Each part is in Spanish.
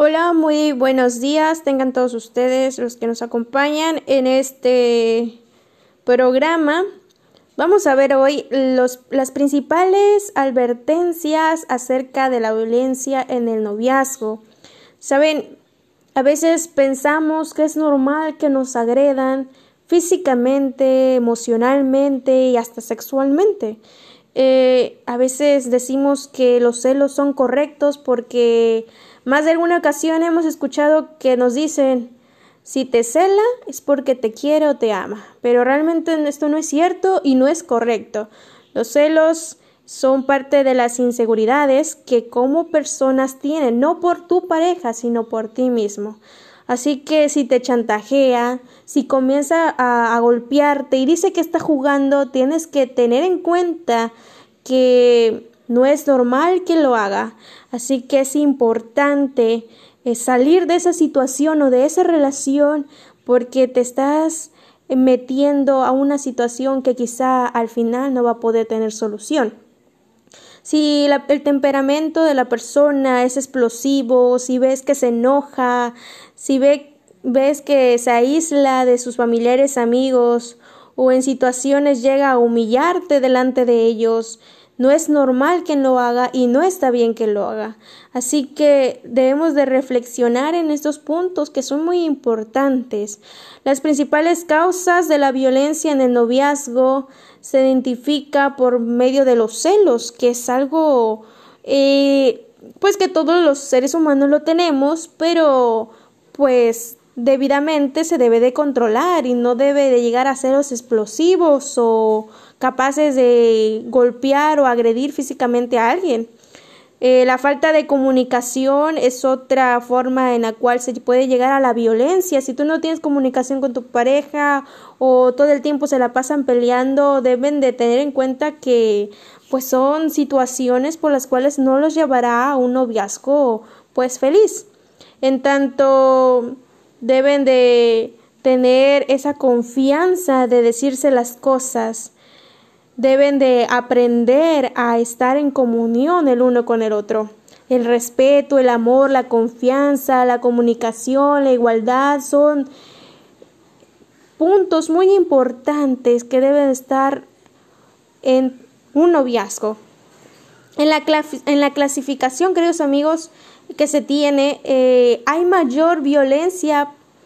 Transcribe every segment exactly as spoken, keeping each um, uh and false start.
Hola, muy buenos días. Tengan todos ustedes los que nos acompañan en este programa. Vamos a ver hoy los, las principales advertencias acerca de la violencia en el noviazgo. Saben, a veces pensamos que es normal que nos agredan físicamente, emocionalmente y hasta sexualmente. Eh, a veces decimos que los celos son correctos porque más de alguna ocasión hemos escuchado que nos dicen, si te cela es porque te quiere o te ama, pero realmente esto no es cierto y no es correcto. Los celos son parte de las inseguridades que como personas tienen, no por tu pareja, sino por ti mismo. Así que si te chantajea, si comienza a, a golpearte y dice que está jugando, tienes que tener en cuenta que no es normal que lo haga. Así que es importante eh, salir de esa situación o de esa relación porque te estás metiendo a una situación que quizá al final no va a poder tener solución. Si la, el temperamento de la persona es explosivo, si ves que se enoja, si ve, ves que se aísla de sus familiares, amigos, o en situaciones llega a humillarte delante de ellos, no es normal que lo haga y no está bien que lo haga. Así que debemos de reflexionar en estos puntos que son muy importantes. Las principales causas de la violencia en el noviazgo se identifica por medio de los celos, que es algo eh, pues que todos los seres humanos lo tenemos, pero pues debidamente se debe de controlar y no debe de llegar a celos explosivos o capaces de golpear o agredir físicamente a alguien. Eh, la falta de comunicación es otra forma en la cual se puede llegar a la violencia. Si tú no tienes comunicación con tu pareja o todo el tiempo se la pasan peleando, deben de tener en cuenta que pues son situaciones por las cuales no los llevará a un noviazgo pues feliz. En tanto deben de tener esa confianza de decirse las cosas. Deben de aprender a estar en comunión el uno con el otro. El respeto, el amor, la confianza, la comunicación, la igualdad son puntos muy importantes que deben estar en un noviazgo. En la, en la clasificación, queridos amigos, que se tiene, eh, hay mayor violencia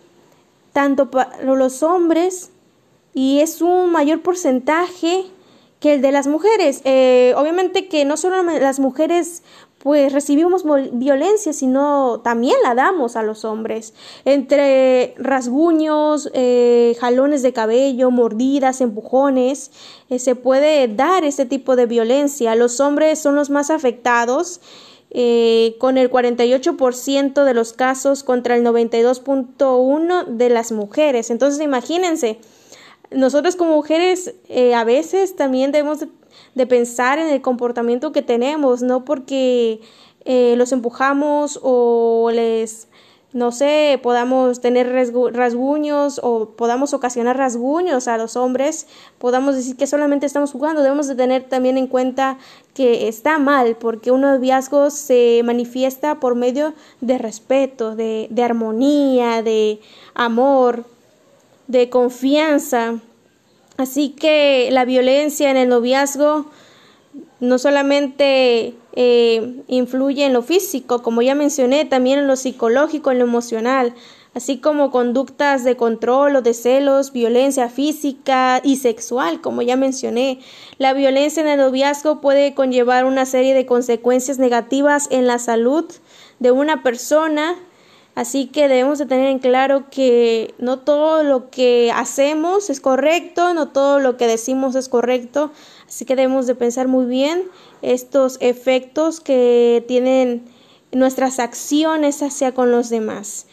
tanto para los hombres y es un mayor porcentaje que el de las mujeres. Eh, obviamente que no solo las mujeres pues recibimos violencia, sino también la damos a los hombres. Entre rasguños, eh, jalones de cabello, mordidas, empujones, eh, se puede dar este tipo de violencia. Los hombres son los más afectados, eh, con el cuarenta y ocho por ciento de los casos contra el noventa y dos punto uno por ciento de las mujeres. Entonces imagínense, nosotros como mujeres eh, a veces también debemos de, de pensar en el comportamiento que tenemos, no porque eh, los empujamos o les, no sé, podamos tener rasguños o podamos ocasionar rasguños a los hombres, podamos decir que solamente estamos jugando. Debemos de tener también en cuenta que está mal, porque un noviazgo se manifiesta por medio de respeto, de, de armonía, de amor, de confianza. Así que la violencia en el noviazgo no solamente eh, influye en lo físico, como ya mencioné, también en lo psicológico, en lo emocional, así como conductas de control o de celos, violencia física y sexual, como ya mencioné. La violencia en el noviazgo puede conllevar una serie de consecuencias negativas en la salud de una persona. Así que debemos de tener en claro que no todo lo que hacemos es correcto, no todo lo que decimos es correcto. Así que debemos de pensar muy bien estos efectos que tienen nuestras acciones hacia con los demás.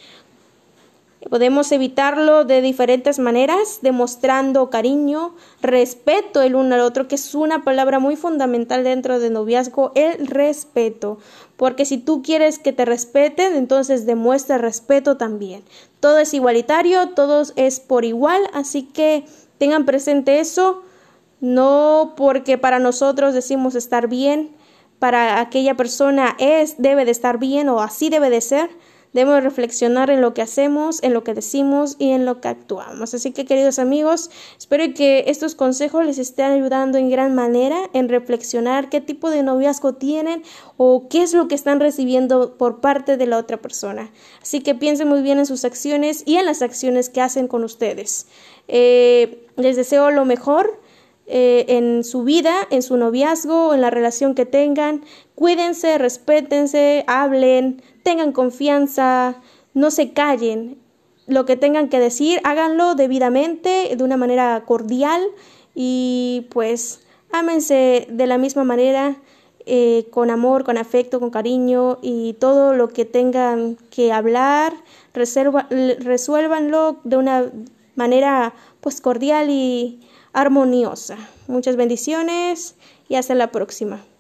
Podemos evitarlo de diferentes maneras, demostrando cariño, respeto el uno al otro, que es una palabra muy fundamental dentro del noviazgo, el respeto. Porque si tú quieres que te respeten, entonces demuestra respeto también. Todo es igualitario, todo es por igual, así que tengan presente eso, no porque para nosotros decimos estar bien, para aquella persona es, debe de estar bien o así debe de ser. Debemos reflexionar en lo que hacemos, en lo que decimos y en lo que actuamos. Así que, queridos amigos, espero que estos consejos les estén ayudando en gran manera en reflexionar qué tipo de noviazgo tienen o qué es lo que están recibiendo por parte de la otra persona. Así que piensen muy bien en sus acciones y en las acciones que hacen con ustedes. Eh, les deseo lo mejor eh, en su vida, en su noviazgo, en la relación que tengan. Cuídense, respétense, hablen, tengan confianza, no se callen. Lo que tengan que decir, háganlo debidamente, de una manera cordial y pues ámense de la misma manera, eh, con amor, con afecto, con cariño y todo lo que tengan que hablar, reserva, resuélvanlo de una manera pues cordial y armoniosa. Muchas bendiciones y hasta la próxima.